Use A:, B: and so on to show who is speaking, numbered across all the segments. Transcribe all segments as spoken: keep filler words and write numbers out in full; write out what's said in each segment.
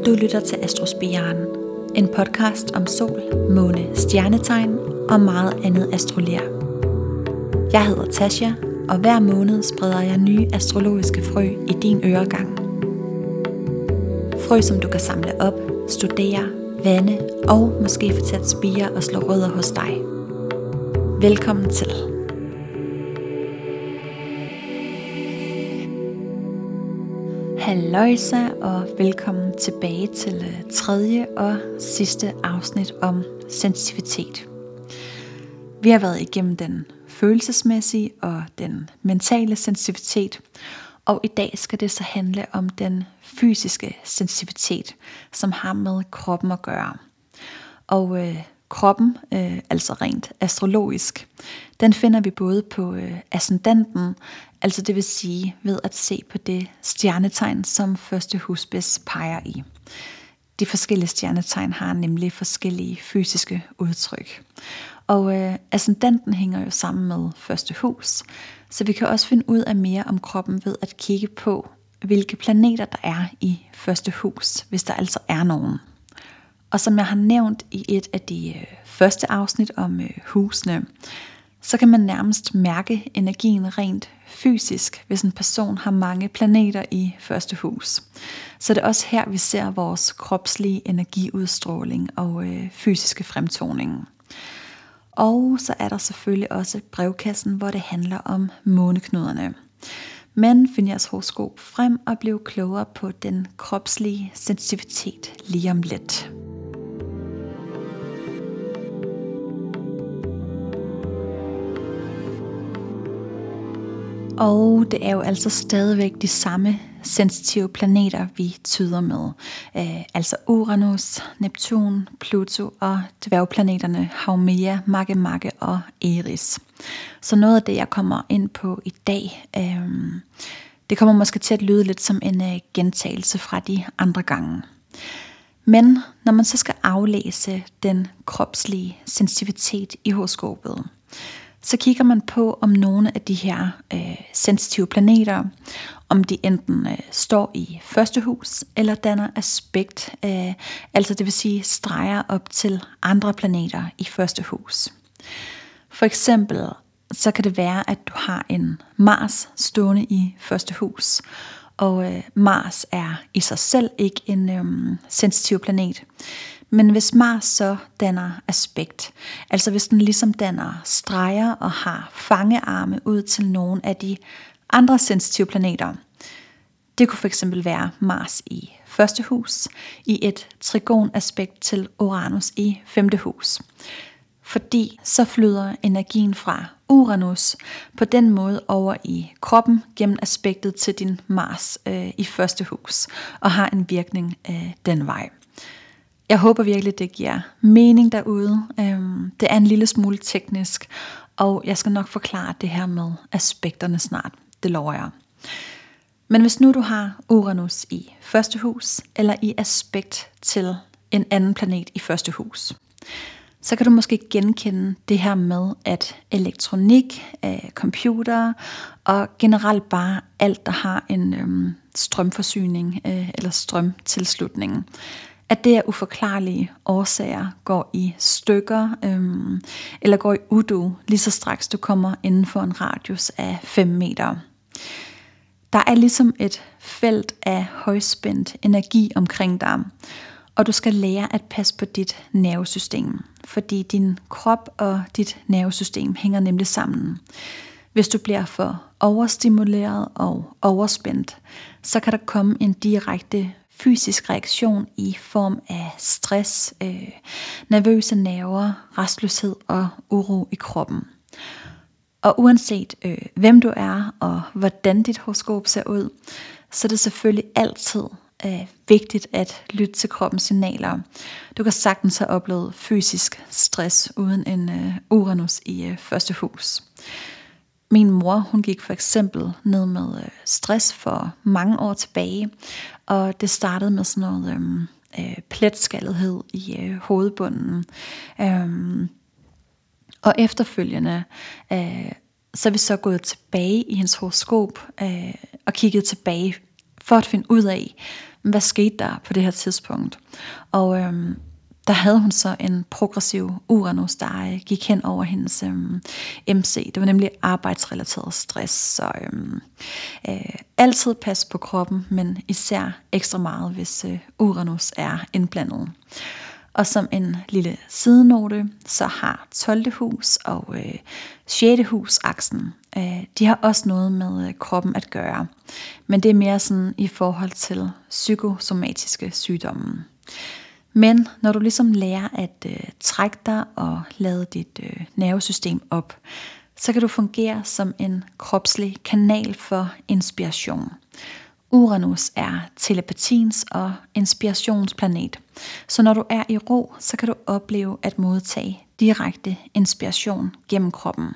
A: Du lytter til Astrospiren, en podcast om sol, måne, stjernetegn og meget andet astrolær. Jeg hedder Tasha, og hver måned spreder jeg nye astrologiske frø i din øregang. Frø, som du kan samle op, studere, vande og måske få til at spire og slå rødder hos dig. Velkommen til. Halløjsa og velkommen tilbage til tredje og sidste afsnit om sensitivitet. Vi har været igennem den følelsesmæssige og den mentale sensitivitet, og i dag skal det så handle om den fysiske sensitivitet, som har med kroppen at gøre. Og øh, kroppen, øh, altså rent astrologisk, den finder vi både på øh, ascendanten, altså det vil sige ved at se på det stjernetegn, som første husspids peger i. De forskellige stjernetegn har nemlig forskellige fysiske udtryk. Og øh, ascendanten hænger jo sammen med første hus, så vi kan også finde ud af mere om kroppen ved at kigge på, hvilke planeter der er i første hus, hvis der altså er nogen. Og som jeg har nævnt i et af de øh, første afsnit om øh, husene, så kan man nærmest mærke energien rent fysisk, hvis en person har mange planeter i første hus. Så det er også her, vi ser vores kropslige energiudstråling og øh, fysiske fremtoning. Og så er der selvfølgelig også brevkassen, hvor det handler om måneknuderne. Men find jeres horoskop frem og bliv klogere på den kropslige sensitivitet lige om lidt. Og det er jo altså stadigvæk de samme sensitive planeter, vi tyder med. Øh, altså Uranus, Neptun, Pluto og dværgplaneterne Haumea, Makemake og Eris. Så noget af det, jeg kommer ind på i dag, øh, det kommer måske til at lyde lidt som en øh, gentagelse fra de andre gange. Men når man så skal aflæse den kropslige sensitivitet i horoskopet, så kigger man på, om nogle af de her øh, sensitive planeter, om de enten øh, står i første hus, eller danner aspekt, øh, altså det vil sige streger op til andre planeter i første hus. For eksempel, så kan det være, at du har en Mars stående i første hus, og øh, Mars er i sig selv ikke en øh, sensitiv planet. Men hvis Mars så danner aspekt, altså hvis den ligesom danner streger og har fangearme ud til nogle af de andre sensitive planeter, det kunne fx være Mars i første hus, i et trigonaspekt til Uranus i femte hus. Fordi så flyder energien fra Uranus på den måde over i kroppen gennem aspektet til din Mars øh, i første hus, og har en virkning øh, den vej. Jeg håber virkelig, det giver mening derude. Det er en lille smule teknisk, og jeg skal nok forklare det her med aspekterne snart. Det lover jeg. Men hvis nu du har Uranus i første hus, eller i aspekt til en anden planet i første hus, så kan du måske genkende det her med, at elektronik, computer og generelt bare alt, der har en øhm, strømforsyning øh, eller strømtilslutning, at det af uforklarlige årsager går i stykker, øhm, eller går i udu, lige så straks du kommer inden for en radius af fem meter. Der er ligesom et felt af højspændt energi omkring dig, og du skal lære at passe på dit nervesystem, fordi din krop og dit nervesystem hænger nemlig sammen. Hvis du bliver for overstimuleret og overspændt, så kan der komme en direkte fysisk reaktion i form af stress, øh, nervøse nerver, rastløshed og uro i kroppen. Og uanset øh, hvem du er og hvordan dit horoskop ser ud, så er det selvfølgelig altid øh, vigtigt at lytte til kroppens signaler. Du kan sagtens have oplevet fysisk stress uden en øh, Uranus i øh, første hus. Min mor, hun gik for eksempel ned med øh, stress for mange år tilbage, og det startede med sådan noget øh, pletskaldighed i øh, hovedbunden. Øhm, og efterfølgende, øh, så er vi så gået tilbage i hendes horoskop øh, og kigget tilbage for at finde ud af, hvad skete der på det her tidspunkt. Og øhm, der havde hun så en progressiv Uranus, der øh, gik hen over hendes øhm, M C. Det var nemlig arbejdsrelateret stress. Så øhm, øh, altid pas på kroppen, men især ekstra meget, hvis øh, Uranus er indblandet. Og som en lille sidenote, så har tolvte hus og øh, sjette hus aksen. Øh, de har også noget med øh, kroppen at gøre. Men det er mere sådan i forhold til psykosomatiske sygdomme. Men når du ligesom lærer at øh, trække dig og lade dit øh, nervesystem op, så kan du fungere som en kropslig kanal for inspiration. Uranus er telepatiens og inspirationsplanet. Så når du er i ro, så kan du opleve at modtage direkte inspiration gennem kroppen.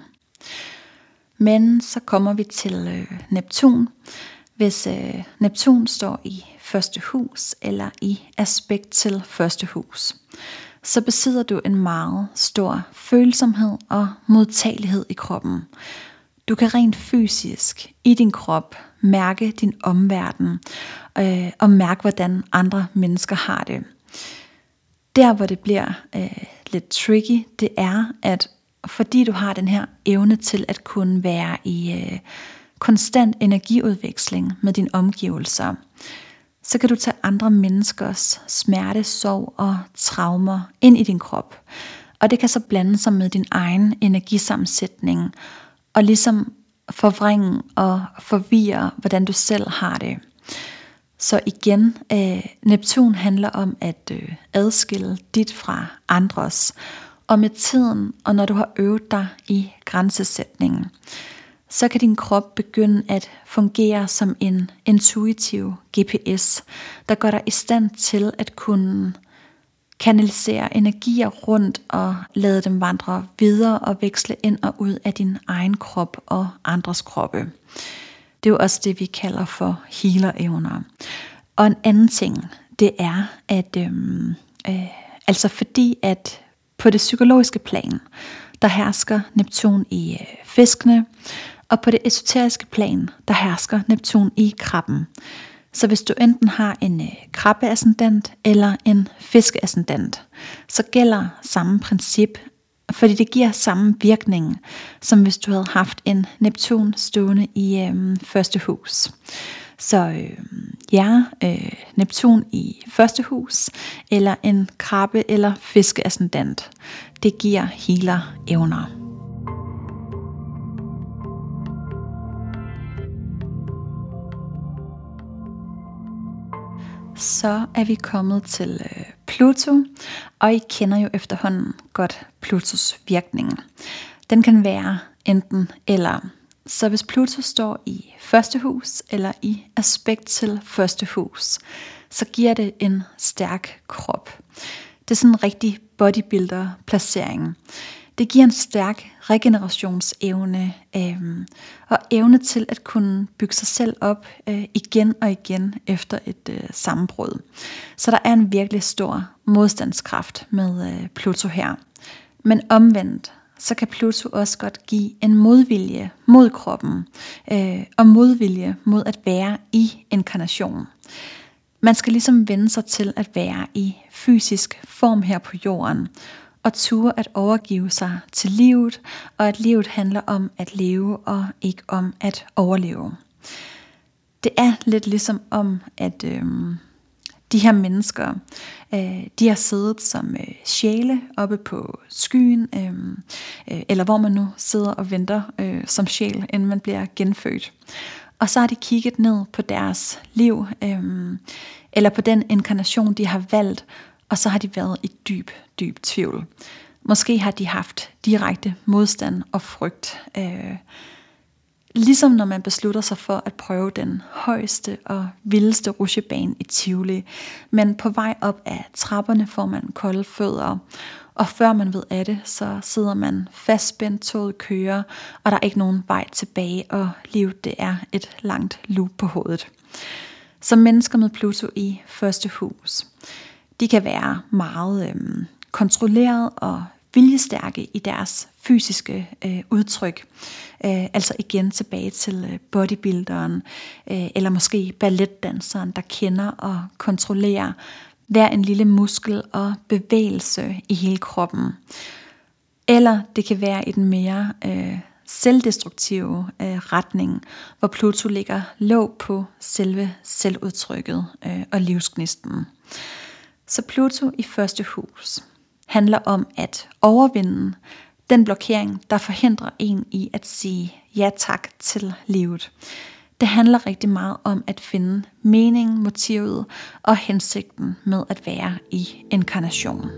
A: Men så kommer vi til øh, Neptun. Hvis øh, Neptun står i første hus eller i aspekt til første hus, så besidder du en meget stor følsomhed og modtagelighed i kroppen. Du kan rent fysisk i din krop mærke din omverden øh, og mærke, hvordan andre mennesker har det. Der, hvor det bliver øh, lidt tricky, det er, at fordi du har den her evne til at kunne være i øh, konstant energiudveksling med dine omgivelser, så kan du tage andre menneskers smerte, sorg og traumer ind i din krop. Og det kan så blande sig med din egen energisammensætning og ligesom forvrænge og forvirre, hvordan du selv har det. Så igen, øh, Neptun handler om at øh, adskille dit fra andres. Og med tiden, og når du har øvet dig i grænsesætningen, så kan din krop begynde at fungere som en intuitiv G P S, der gør dig i stand til at kunne kanalisere energier rundt og lade dem vandre videre og veksle ind og ud af din egen krop og andres kroppe. Det er jo også det, vi kalder for healer-evner. Og en anden ting, det er, at øhm, øh, altså fordi at på det psykologiske plan, der hersker Neptun i øh, fiskene, og på det esoteriske plan, der hersker Neptun i krabben. Så hvis du enten har en øh, krabbeascendant eller en fiskeascendant, så gælder samme princip, fordi det giver samme virkning, som hvis du havde haft en Neptun stående i øh, første hus. Så øh, ja, øh, Neptun i første hus, eller en krabbe- eller fiskeascendant, det giver healer-evner. Så er vi kommet til øh, Pluto, og I kender jo efterhånden godt Plutos virkning. Den kan være enten eller. Så hvis Pluto står i første hus eller i aspekt til første hus, så giver det en stærk krop. Det er sådan en rigtig bodybuilder-placering. Det giver en stærk regenerationsevne øh, og evne til at kunne bygge sig selv op øh, igen og igen efter et øh, sammenbrud. Så der er en virkelig stor modstandskraft med øh, Pluto her. Men omvendt, så kan Pluto også godt give en modvilje mod kroppen øh, og modvilje mod at være i inkarnation. Man skal ligesom vende sig til at være i fysisk form her på jorden, og ture at overgive sig til livet, og at livet handler om at leve og ikke om at overleve. Det er lidt ligesom om, at øh, de her mennesker, øh, de har siddet som øh, sjæle oppe på skyen, øh, øh, eller hvor man nu sidder og venter øh, som sjæl, inden man bliver genfødt. Og så har de kigget ned på deres liv, øh, eller på den inkarnation, de har valgt, og så har de været i dyb, dyb tvivl. Måske har de haft direkte modstand og frygt. Øh, ligesom når man beslutter sig for at prøve den højeste og vildeste rutsjebane i Tivoli. Men på vej op ad trapperne får man kolde fødder. Og før man ved af det, så sidder man fastspændt, toget kører, og der er ikke nogen vej tilbage, og livet det er et langt loop på hovedet. Som mennesker med Pluto i første hus, de kan være meget øh, kontrolleret og viljestærke i deres fysiske øh, udtryk. Øh, altså igen tilbage til øh, bodybuilderen, øh, eller måske balletdanseren, der kender og kontrollerer hver en lille muskel og bevægelse i hele kroppen. Eller det kan være i den mere øh, selvdestruktive øh, retning, hvor Pluto lægger låg på selve selvudtrykket øh, og livsgnisten. Så Pluto i første hus handler om at overvinde den blokering, der forhindrer en i at sige ja tak til livet. Det handler rigtig meget om at finde mening, motivet og hensigten med at være i inkarnation.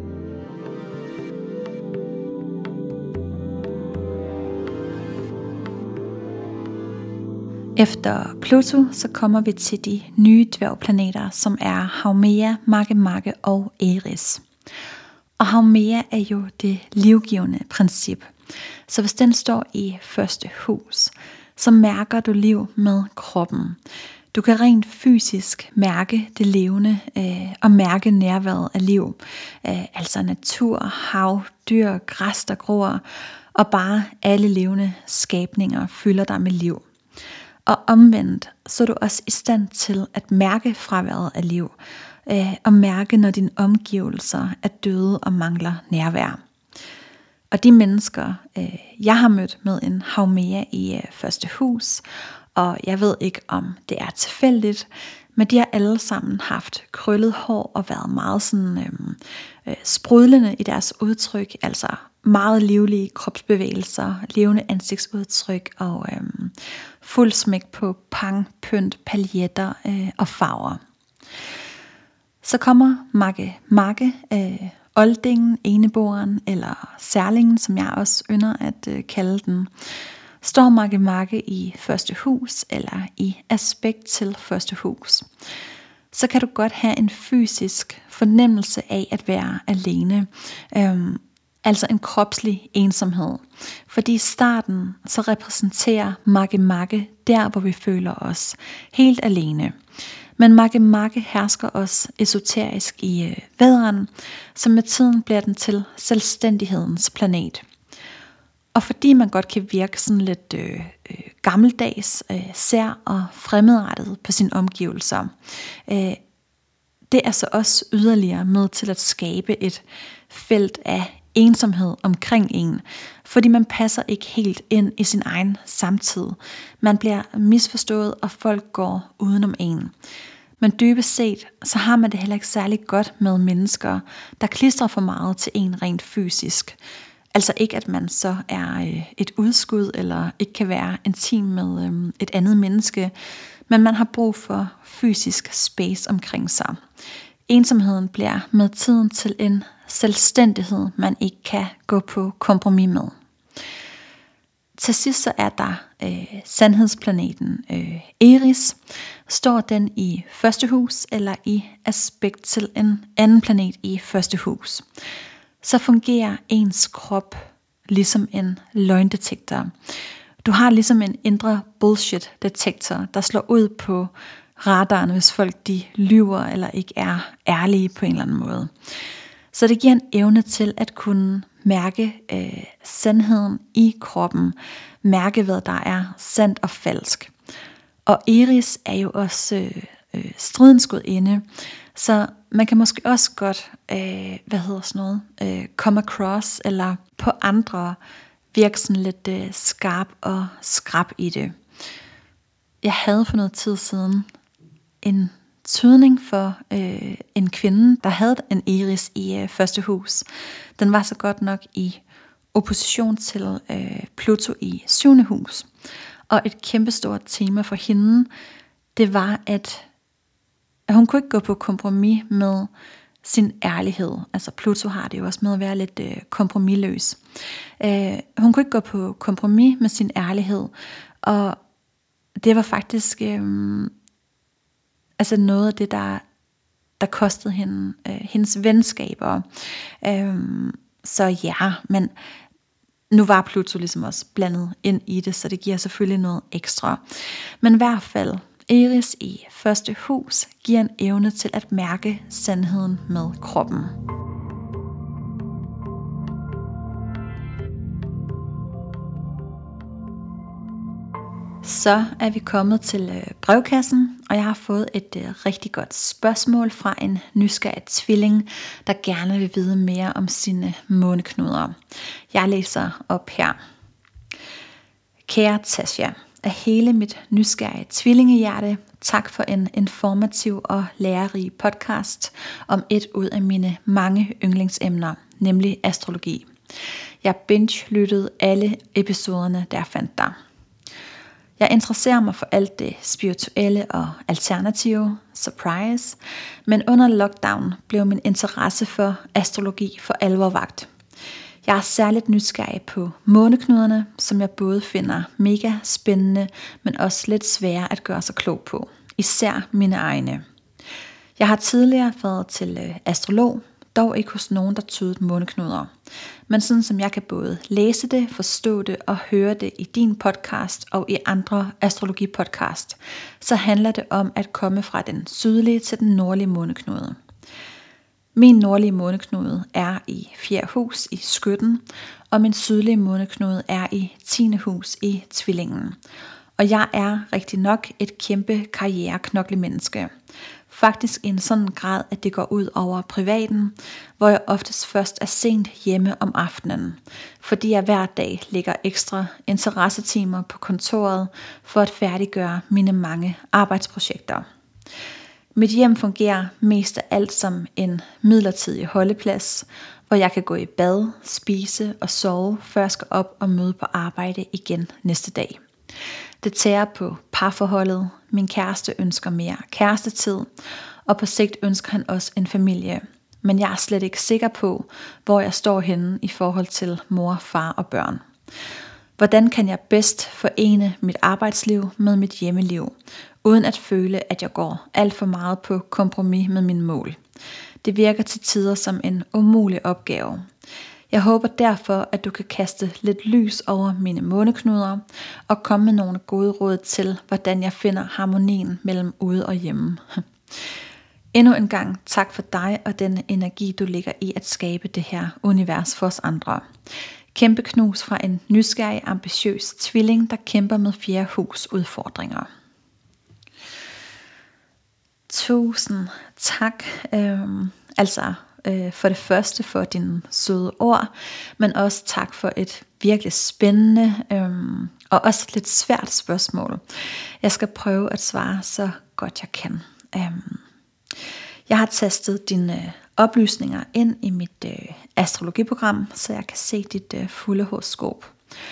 A: Efter Pluto, så kommer vi til de nye dværgplaneter, som er Haumea, Makemake og Eris. Og Haumea er jo det livgivende princip. Så hvis den står i første hus, så mærker du liv med kroppen. Du kan rent fysisk mærke det levende øh, og mærke nærværet af liv. Øh, altså natur, hav, dyr, græs, der gror, og bare alle levende skabninger fylder dig med liv. Og omvendt, så er du også i stand til at mærke fraværet af liv, øh, og mærke, når dine omgivelser er døde og mangler nærvær. Og de mennesker, øh, jeg har mødt med en Haumea i øh, første hus, og jeg ved ikke, om det er tilfældigt, men de har alle sammen haft krøllet hår og været meget sådan, øh, øh, sprudlende i deres udtryk, altså meget livlige kropsbevægelser, levende ansigtsudtryk og øh, fuld smæk på pang, pynt, paljetter øh, og farver. Så kommer Makke Makke, øh, oldingen, eneboeren eller særlingen, som jeg også ynder at øh, kalde den. Står Makke Makke i første hus eller i aspekt til første hus, så kan du godt have en fysisk fornemmelse af at være alene. Øhm, altså en kropslig ensomhed. Fordi i starten så repræsenterer Makke Makke der, hvor vi føler os helt alene. Men Makke Makke hersker også esoterisk i øh, vædderen, så med tiden bliver den til selvstændighedens planet. Og fordi man godt kan virke sådan lidt øh, øh, gammeldags, øh, sær og fremmedrettet på sine omgivelser, øh, det er så også yderligere med til at skabe et felt af ensomhed omkring en, fordi man passer ikke helt ind i sin egen samtid. Man bliver misforstået, og folk går udenom en. Men dybest set, så har man det heller ikke særlig godt med mennesker, der klistrer for meget til en rent fysisk. Altså ikke, at man så er et udskud, eller ikke kan være intim med et andet menneske, men man har brug for fysisk space omkring sig. Ensomheden bliver med tiden til en selvstændighed, man ikke kan gå på kompromis med. Til sidst så er der øh, sandhedsplaneten øh, Eris. Står den i første hus eller i aspekt til en anden planet i første hus, så fungerer ens krop ligesom en løgndetektor. Du har ligesom en indre bullshit-detektor, der slår ud på radaren, hvis folk de lyver eller ikke er ærlige på en eller anden måde. Så det giver en evne til at kunne mærke øh, sandheden i kroppen, mærke hvad der er sandt og falsk. Og Eris er jo også øh, stridens gudinde, så man kan måske også godt, øh, hvad hedder sådan noget, øh, come across, eller på andre virke sådan lidt øh, skarp og skrap i det. Jeg havde for noget tid siden en tydning for øh, en kvinde, der havde en Eris i øh, første hus. Den var så godt nok i opposition til øh, Pluto i syvende hus. Og et kæmpestort tema for hende, det var, at hun kunne ikke gå på kompromis med sin ærlighed. Altså Pluto har det jo også med at være lidt øh, kompromisløs. Øh, hun kunne ikke gå på kompromis med sin ærlighed. Og det var faktisk øh, altså noget af det, der, der kostede hende, øh, hendes venskaber. Øh, så ja, men nu var Pluto ligesom også blandet ind i det, så det giver selvfølgelig noget ekstra. Men i hvert fald, Eris i første hus giver en evne til at mærke sandheden med kroppen. Så er vi kommet til øh, brevkassen, og jeg har fået et øh, rigtig godt spørgsmål fra en nysgerrig tvilling, der gerne vil vide mere om sine måneknuder. Jeg læser op her. Kære Tasha, af hele mit nysgerrige tvillingehjerte, tak for en informativ og lærerig podcast om et ud af mine mange yndlingsemner, nemlig astrologi. Jeg binge-lyttede alle episoderne, der fandt dig. Jeg interesserer mig for alt det spirituelle og alternative, surprise, men under lockdown blev min interesse for astrologi for alvor vakt. Jeg er særligt nysgerrig på måneknuderne, som jeg både finder mega spændende, men også lidt svære at gøre sig klog på. Især mine egne. Jeg har tidligere været til astrolog, dog ikke hos nogen, der tydede måneknuder. Men sådan som jeg kan både læse det, forstå det og høre det i din podcast og i andre astrologipodcast, så handler det om at komme fra den sydlige til den nordlige måneknude. Min nordlige måneknude er i fjerde hus i Skytten, og min sydlige måneknude er i tiende hus i Tvillingen. Og jeg er rigtig nok et kæmpe karriereknoklemenneske. Faktisk i en sådan grad, at det går ud over privaten, hvor jeg oftest først er sent hjemme om aftenen, fordi jeg hver dag lægger ekstra interessetimer på kontoret for at færdiggøre mine mange arbejdsprojekter. Mit hjem fungerer mest af alt som en midlertidig holdeplads, hvor jeg kan gå i bad, spise og sove, før jeg skal op og møde på arbejde igen næste dag. Det tærer på parforholdet. Min kæreste ønsker mere kærestetid, og på sigt ønsker han også en familie. Men jeg er slet ikke sikker på, hvor jeg står henne i forhold til mor, far og børn. Hvordan kan jeg bedst forene mit arbejdsliv med mit hjemmeliv, uden at føle, at jeg går alt for meget på kompromis med mine mål? Det virker til tider som en umulig opgave. Jeg håber derfor, at du kan kaste lidt lys over mine måneknuder og komme med nogle gode råd til, hvordan jeg finder harmonien mellem ude og hjemme. Endnu en gang tak for dig og den energi, du lægger i at skabe det her univers for os andre. Kæmpe knus fra en nysgerrig, ambitiøs tvilling, der kæmper med fjerde hus udfordringer. Tusind tak. Øhm, altså øh, for det første for dine søde ord, men også tak for et virkelig spændende øhm, og også lidt svært spørgsmål. Jeg skal prøve at svare så godt jeg kan. Øhm, jeg har tastet dine oplysninger ind i mit øh, astrologiprogram, så jeg kan se dit øh, fulde horoskop.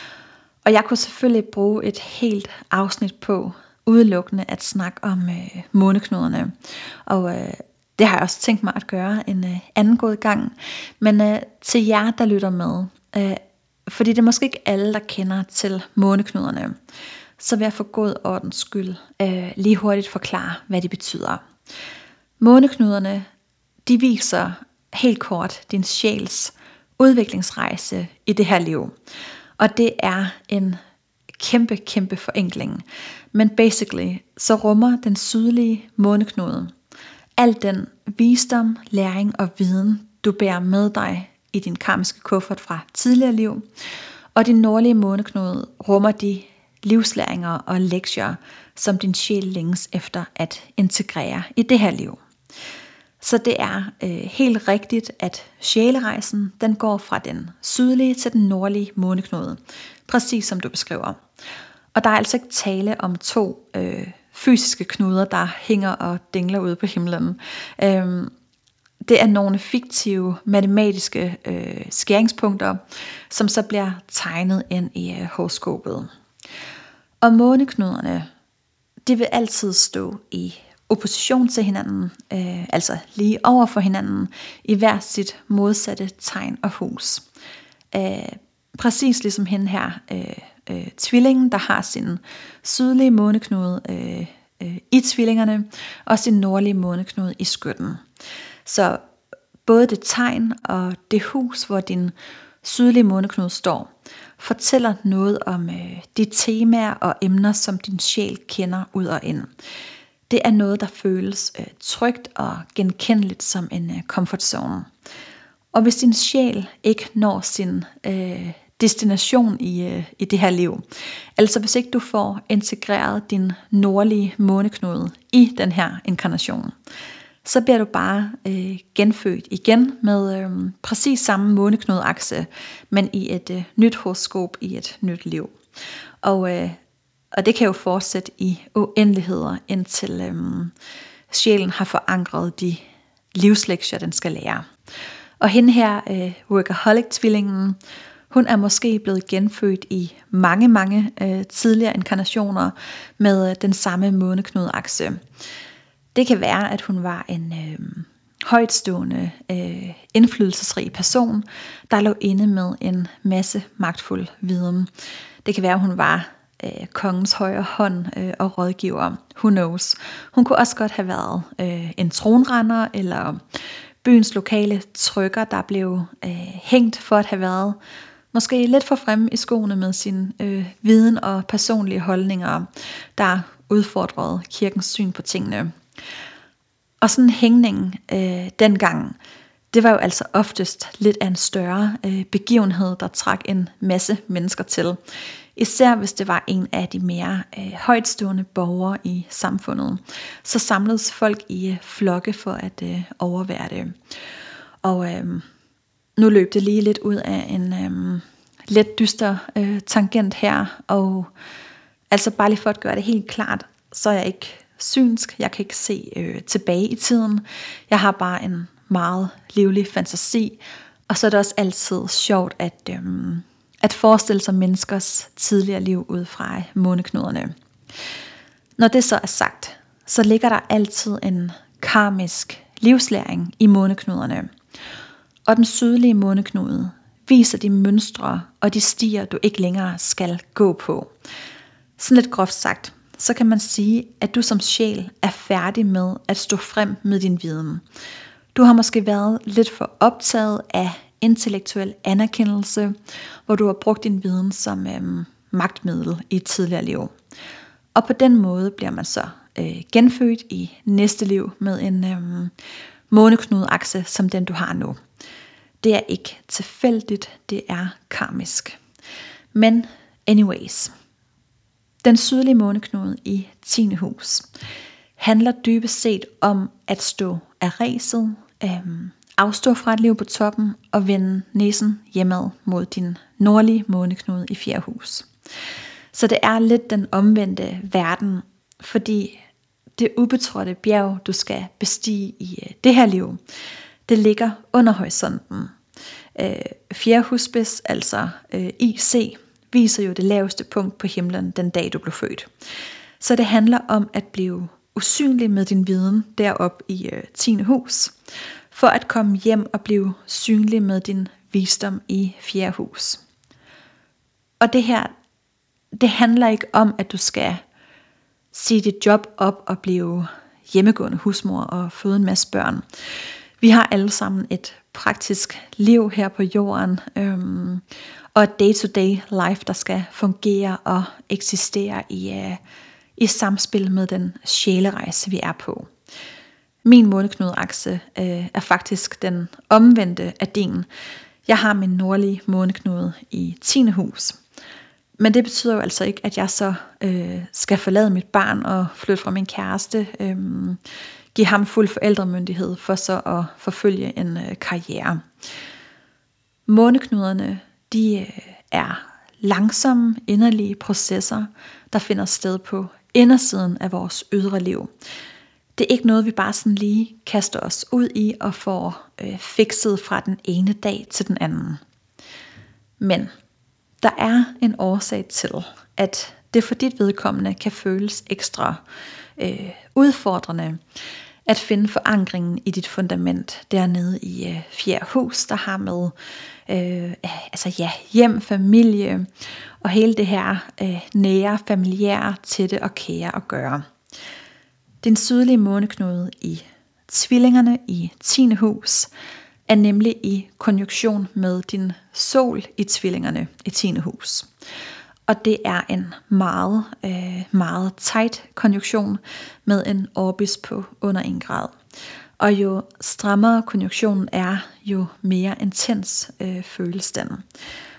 A: Og jeg kunne selvfølgelig bruge et helt afsnit på udelukkende at snakke om øh, måneknuderne. Og øh, det har jeg også tænkt mig at gøre en øh, anden god gang. Men øh, til jer, der lytter med, øh, fordi det er måske ikke alle, der kender til måneknuderne, så vil jeg for god ordens skyld øh, lige hurtigt forklare, hvad de betyder. Måneknuderne, de viser helt kort din sjæls udviklingsrejse i det her liv. Og det er en kæmpe, kæmpe forenkling. Men basically, så rummer den sydlige måneknude al den visdom, læring og viden, du bærer med dig i din karmiske kuffert fra tidligere liv. Og din nordlige måneknude rummer de livslæringer og lektier, som din sjæl længes efter at integrere i det her liv. Så det er øh, helt rigtigt, at sjælerejsen den går fra den sydlige til den nordlige måneknude, præcis som du beskriver. Og der er altså ikke tale om to øh, fysiske knuder, der hænger og dingler ude på himlen. Øh, det er nogle fiktive matematiske øh, skæringspunkter, som så bliver tegnet ind i øh, horoskopet. Og måneknuderne, de vil altid stå i opposition til hinanden, øh, altså lige over for hinanden, i hver sit modsatte tegn og hus. Øh, præcis ligesom hende her, øh, øh, tvillingen, der har sin sydlige måneknude øh, øh, i tvillingerne, og sin nordlige måneknude i Skytten. Så både det tegn og det hus, hvor din sydlige måneknude står, fortæller noget om øh, de temaer og emner, som din sjæl kender ud og ind. Det er noget, der føles øh, trygt og genkendeligt som en øh, comfort zone. Og hvis din sjæl ikke når sin øh, destination i, øh, i det her liv. Altså hvis ikke du får integreret din nordlige måneknude i den her inkarnation, så bliver du bare øh, genfødt igen med øh, præcis samme måneknudeakse, men i et øh, nyt horoskop i et nyt liv. Og, øh, og det kan jo fortsætte i uendeligheder, indtil øh, sjælen har forankret de livslektier, den skal lære. Og hende her, øh, workaholic-tvillingen, hun er måske blevet genfødt i mange, mange øh, tidligere inkarnationer med øh, den samme måneknudeakse. Det kan være, at hun var en øh, højtstående, øh, indflydelsesrig person, der lå inde med en masse magtfuld viden. Det kan være, at hun var øh, kongens højre hånd øh, og rådgiver. Who knows? Hun kunne også godt have været øh, en tronrender, eller byens lokale trykker, der blev øh, hængt for at have været måske lidt for fremme i skoene med sin øh, viden og personlige holdninger, der udfordrede kirkens syn på tingene. Og sådan en hængning øh, dengang, det var jo altså oftest lidt af en større øh, begivenhed, der trak en masse mennesker til. Især hvis det var en af de mere øh, højtstående borgere i samfundet. Så samledes folk i øh, flokke for at øh, overvære det. Og øh, nu løb det lige lidt ud af en øh, let dyster øh, tangent her. Og altså bare lige for at gøre det helt klart, så er jeg ikke synsk. Jeg kan ikke se øh, tilbage i tiden. Jeg har bare en meget livlig fantasi. Og så er det også altid sjovt at, øh, at forestille sig menneskers tidligere liv ud fra måneknuderne. Når det så er sagt, så ligger der altid en karmisk livslæring i måneknuderne. Og den sydlige måneknude viser de mønstre og de stier, du ikke længere skal gå på. Sådan lidt groft sagt, så kan man sige, at du som sjæl er færdig med at stå frem med din viden. Du har måske været lidt for optaget af intellektuel anerkendelse, hvor du har brugt din viden som øhm, magtmiddel i et tidligere liv. Og på den måde bliver man så øh, genfødt i næste liv med en øhm, måneknudeakse som den du har nu. Det er ikke tilfældigt, det er karmisk. Men anyways, den sydlige måneknude i tiende hus handler dybest set om at stå af ræset, øhm, afstå fra et liv på toppen og vende næsen hjemad mod din nordlige måneknude i fjerde hus. Så det er lidt den omvendte verden, fordi det ubetrådte bjerg, du skal bestige i det her liv, det ligger under horisonten. Øh, fjerde husspids, altså øh, I C, viser jo det laveste punkt på himlen den dag du blev født. Så det handler om at blive usynlig med din viden derop i øh, tiende hus, for at komme hjem og blive synlig med din visdom i fjerde hus. Og det her, det handler ikke om, at du skal sige dit job op og blive hjemmegående husmor og føde en masse børn. Vi har alle sammen et praktisk liv her på jorden, øhm, og et day-to-day life, der skal fungere og eksistere i, uh, i samspil med den sjælerejse, vi er på. Min måneknudeakse øh, er faktisk den omvendte af din. Jeg har min nordlige måneknude i tiende hus. Men det betyder jo altså ikke, at jeg så øh, skal forlade mit barn og flytte fra min kæreste, øh, give ham fuld forældremyndighed for så at forfølge en øh, karriere. Måneknuderne, de øh, er langsomme, inderlige processer, der finder sted på indersiden af vores ydre liv. Det er ikke noget, vi bare sådan lige kaster os ud i og får øh, fikset fra den ene dag til den anden. Men der er en årsag til, at det for dit vedkommende kan føles ekstra øh, udfordrende at finde forankringen i dit fundament dernede i øh, fjerde hus, der har med øh, altså ja, hjem, familie og hele det her øh, nære, familiære, tætte og kære at gøre. Den sydlige måneknude i tvillingerne i tiende hus er nemlig i konjunktion med din sol i tvillingerne i tiende hus. Og det er en meget, øh, meget tight konjunktion med en orbis på under en grad. Og jo strammere konjunktionen er, jo mere intens øh, føles den.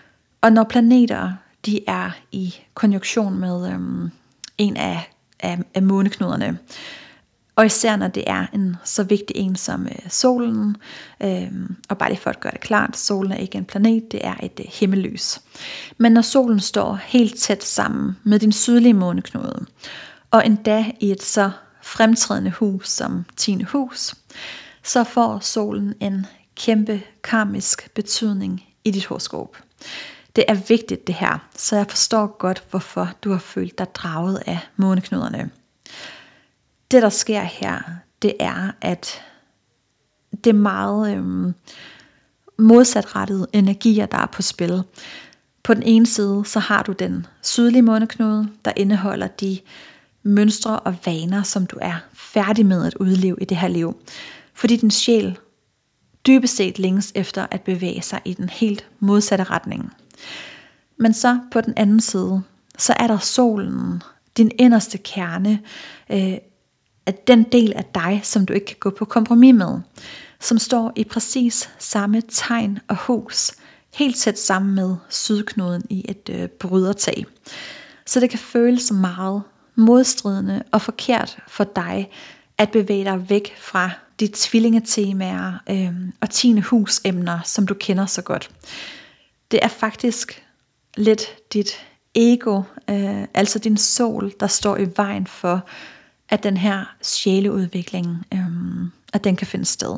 A: Og når planeter de er i konjunktion med øhm, en af, af, af måneknuderne, og især når det er en så vigtig en som øh, solen, øh, og bare lige for at gøre det klart, solen er ikke en planet, det er et øh, himmellys. Men når solen står helt tæt sammen med din sydlige måneknude, og endda i et så fremtrædende hus som tiende hus, så får solen en kæmpe karmisk betydning i dit horoskop. Det er vigtigt det her, så jeg forstår godt, hvorfor du har følt dig draget af måneknuderne. Det der sker her, det er, at det er meget øhm, modsatrettede energier, der er på spil. På den ene side, så har du den sydlige måneknude, der indeholder de mønstre og vaner, som du er færdig med at udleve i det her liv. Fordi din sjæl dybest set længes efter at bevæge sig i den helt modsatte retning. Men så på den anden side, så er der solen, din inderste kerne, øh, at den del af dig, som du ikke kan gå på kompromis med, som står i præcis samme tegn og hus, helt tæt sammen med sydknuden i et øh, brydertag. Så det kan føles meget modstridende og forkert for dig at bevæge dig væk fra de tvillingetemaer øh, og tiende husemner, som du kender så godt. Det er faktisk lidt dit ego, øh, altså din sol, der står i vejen for, at den her sjæleudvikling, øh, at den kan finde sted.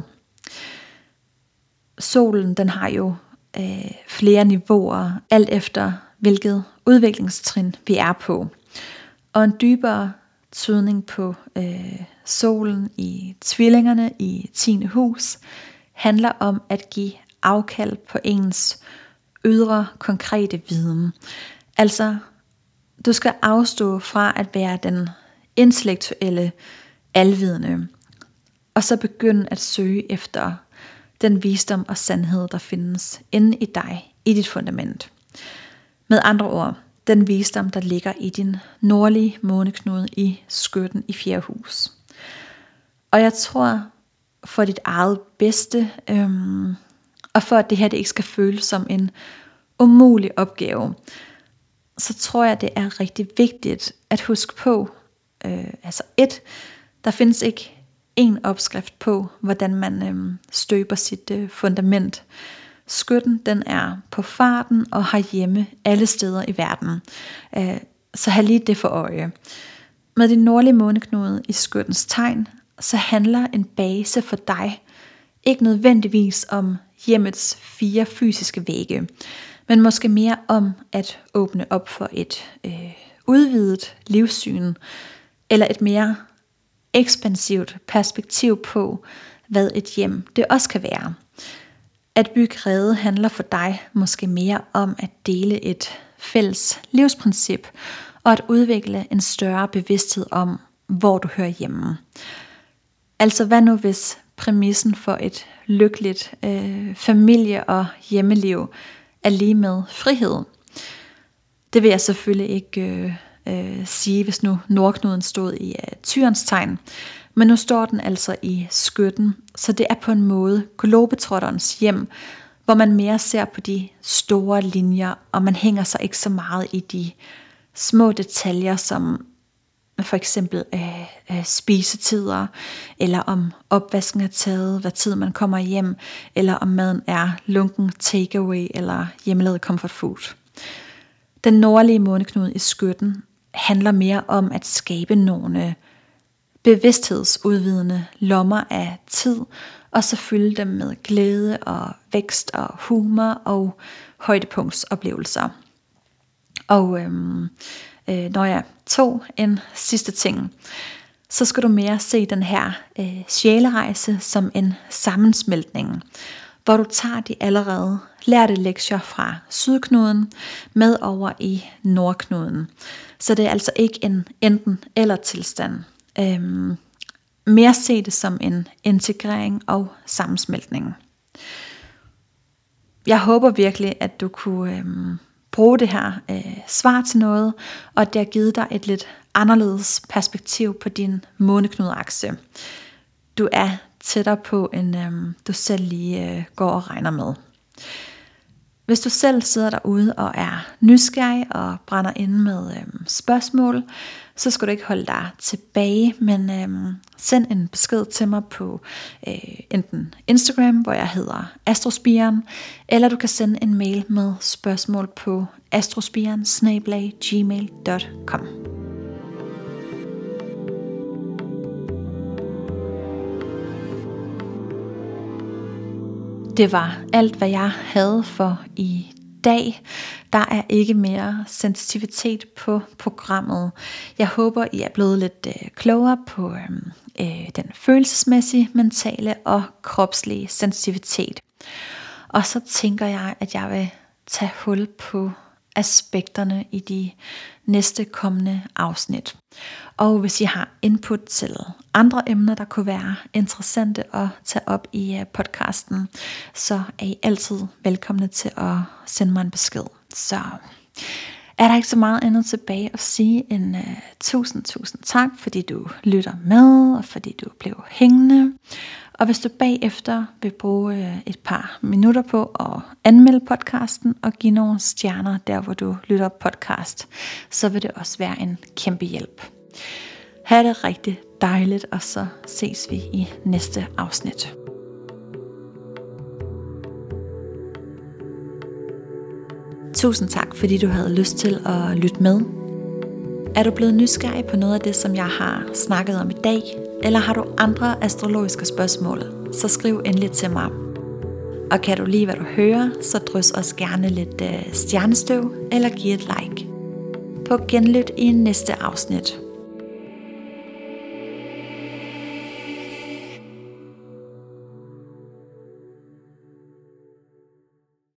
A: Solen, den har jo øh, flere niveauer, alt efter hvilket udviklingstrin vi er på. Og en dybere tydning på øh, solen i tvillingerne i tiende hus, handler om at give afkald på ens ydre konkrete viden. Altså, du skal afstå fra at være den intellektuelle alvidende, og så begynde at søge efter den visdom og sandhed, der findes inde i dig, i dit fundament. Med andre ord, den visdom, der ligger i din nordlige måneknude i skytten i fjerde hus. Og jeg tror, for dit eget bedste, øhm, og for at det her det ikke skal føles som en umulig opgave, så tror jeg, det er rigtig vigtigt at huske på, øh, altså et, der findes ikke en opskrift på, hvordan man øh, støber sit øh, fundament. Skytten, den er på farten og har hjemme alle steder i verden. Øh, så have lige det for øje. Med din nordlige måneknude i skyttens tegn, så handler en base for dig ikke nødvendigvis om hjemmets fire fysiske vægge, men måske mere om at åbne op for et øh, udvidet livssyn, eller et mere ekspansivt perspektiv på, hvad et hjem det også kan være. At bygge rede handler for dig måske mere om at dele et fælles livsprincip, og at udvikle en større bevidsthed om, hvor du hører hjemme. Altså hvad nu hvis præmissen for et lykkeligt øh, familie- og hjemmeliv er lige med frihed? Det vil jeg selvfølgelig ikke øh, øh, sige, hvis nu nordknuden stod i øh, tyrens tegn. Men nu står den altså i skytten, så det er på en måde globetrotterens hjem, hvor man mere ser på de store linjer, og man hænger sig ikke så meget i de små detaljer, som for eksempel øh, øh, spisetider, eller om opvasken er taget, hvad tid man kommer hjem, eller om maden er lunken takeaway eller hjemmelavet comfort food. Den nordlige måneknude i skytten handler mere om at skabe nogle bevidsthedsudvidende lommer af tid, og så fylde dem med glæde og vækst og humor og højdepunktsoplevelser. Og øhm, øh, når jeg tog en sidste ting, så skal du mere se den her øh, sjælerejse som en sammensmeltning, hvor du tager de allerede lærte lektier fra sydknuden med over i nordknuden. Så det er altså ikke en enten eller tilstand. Øhm, mere se det som en integrering og sammensmeltning. Jeg håber virkelig, at du kunne øhm, bruge det her øh, svar til noget, og at det har givet dig et lidt anderledes perspektiv på din måneknudeakse. Du er tættere på, end øhm, du selv lige øh, går og regner med. Hvis du selv sidder derude og er nysgerrig og brænder inde med øhm, spørgsmål, så skal du ikke holde dig tilbage, men øhm, send en besked til mig på øh, enten Instagram, hvor jeg hedder astrospiren, eller du kan sende en mail med spørgsmål på astrospiren snabel-a gmail punktum com. Det var alt, hvad jeg havde for i dag. Der er ikke mere sensitivitet på programmet. Jeg håber, I er blevet lidt øh, klogere på øh, den følelsesmæssige, mentale og kropslige sensitivitet. Og så tænker jeg, at jeg vil tage hul på aspekterne i de næste kommende afsnit. Og hvis I har input til andre emner, der kunne være interessante at tage op i podcasten, så er I altid velkomne til at sende mig en besked. Så er der ikke så meget andet tilbage at sige end uh, tusind, tusind tak, fordi du lytter med, og fordi du blev hængende. Og hvis du bagefter vil bruge uh, et par minutter på at anmelde podcasten og give nogle stjerner der, hvor du lytter podcast, så vil det også være en kæmpe hjælp. Ha' det rigtig dejligt, og så ses vi i næste afsnit. Tusind tak, fordi du havde lyst til at lytte med. Er du blevet nysgerrig på noget af det, som jeg har snakket om i dag, eller har du andre astrologiske spørgsmål, så skriv endelig til mig. Og kan du lide, hvad du hører, så drys også gerne lidt stjernestøv eller giv et like. På genlyt i næste afsnit.